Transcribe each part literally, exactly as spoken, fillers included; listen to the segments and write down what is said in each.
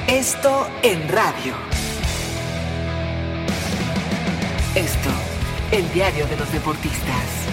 Esto en radio. Esto, el diario de los deportistas.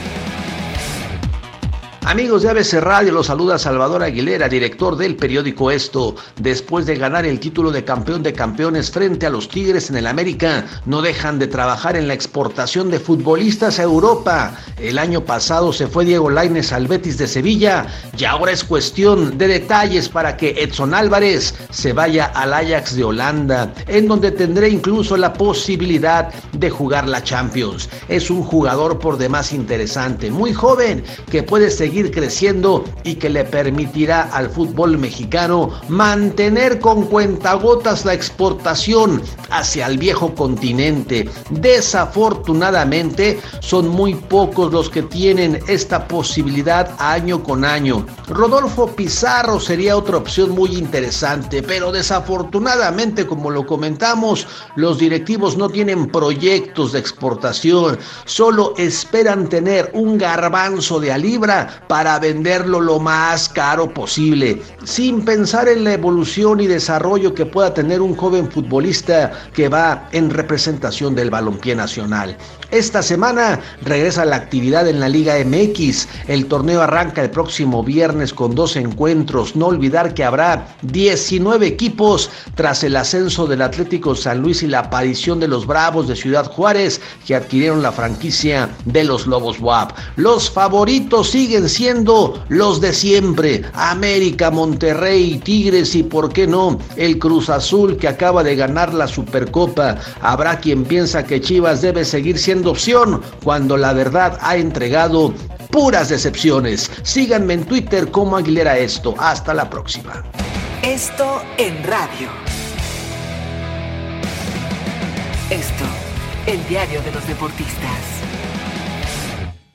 Amigos de A B C Radio, los saluda Salvador Aguilera, director del periódico Esto. Después de ganar el título de campeón de campeones frente a los Tigres en el América, no dejan de trabajar en la exportación de futbolistas a Europa. El año pasado se fue Diego Lainez al Betis de Sevilla y ahora es cuestión de detalles para que Edson Álvarez se vaya al Ajax de Holanda, en donde tendrá incluso la posibilidad de jugar la Champions. Es un jugador por demás interesante, muy joven, que puede seguir creciendo y que le permitirá al fútbol mexicano mantener con cuentagotas la exportación hacia el viejo continente. Desafortunadamente son muy pocos los que tienen esta posibilidad año con año. Rodolfo Pizarro sería otra opción muy interesante, pero desafortunadamente, como lo comentamos, los directivos no tienen proyectos de exportación, solo esperan tener un garbanzo de a libra para venderlo lo más caro posible, sin pensar en la evolución y desarrollo que pueda tener un joven futbolista que va en representación del balompié nacional. Esta semana regresa la actividad en la Liga M X. El torneo arranca el próximo viernes con dos encuentros. No olvidar que habrá diecinueve equipos tras el ascenso del Atlético San Luis y la aparición de los Bravos de Ciudad Juárez, que adquirieron la franquicia de los Lobos W A P. Los favoritos siguen siendo los de siempre: América, Monterrey, Tigres y, por qué no, el Cruz Azul, que acaba de ganar la Supercopa. Habrá quien piensa que Chivas debe seguir siendo opción cuando la verdad ha entregado puras decepciones. Síganme en Twitter como Aguilera Esto. Hasta la próxima. Esto en radio. Esto, el diario de los deportistas.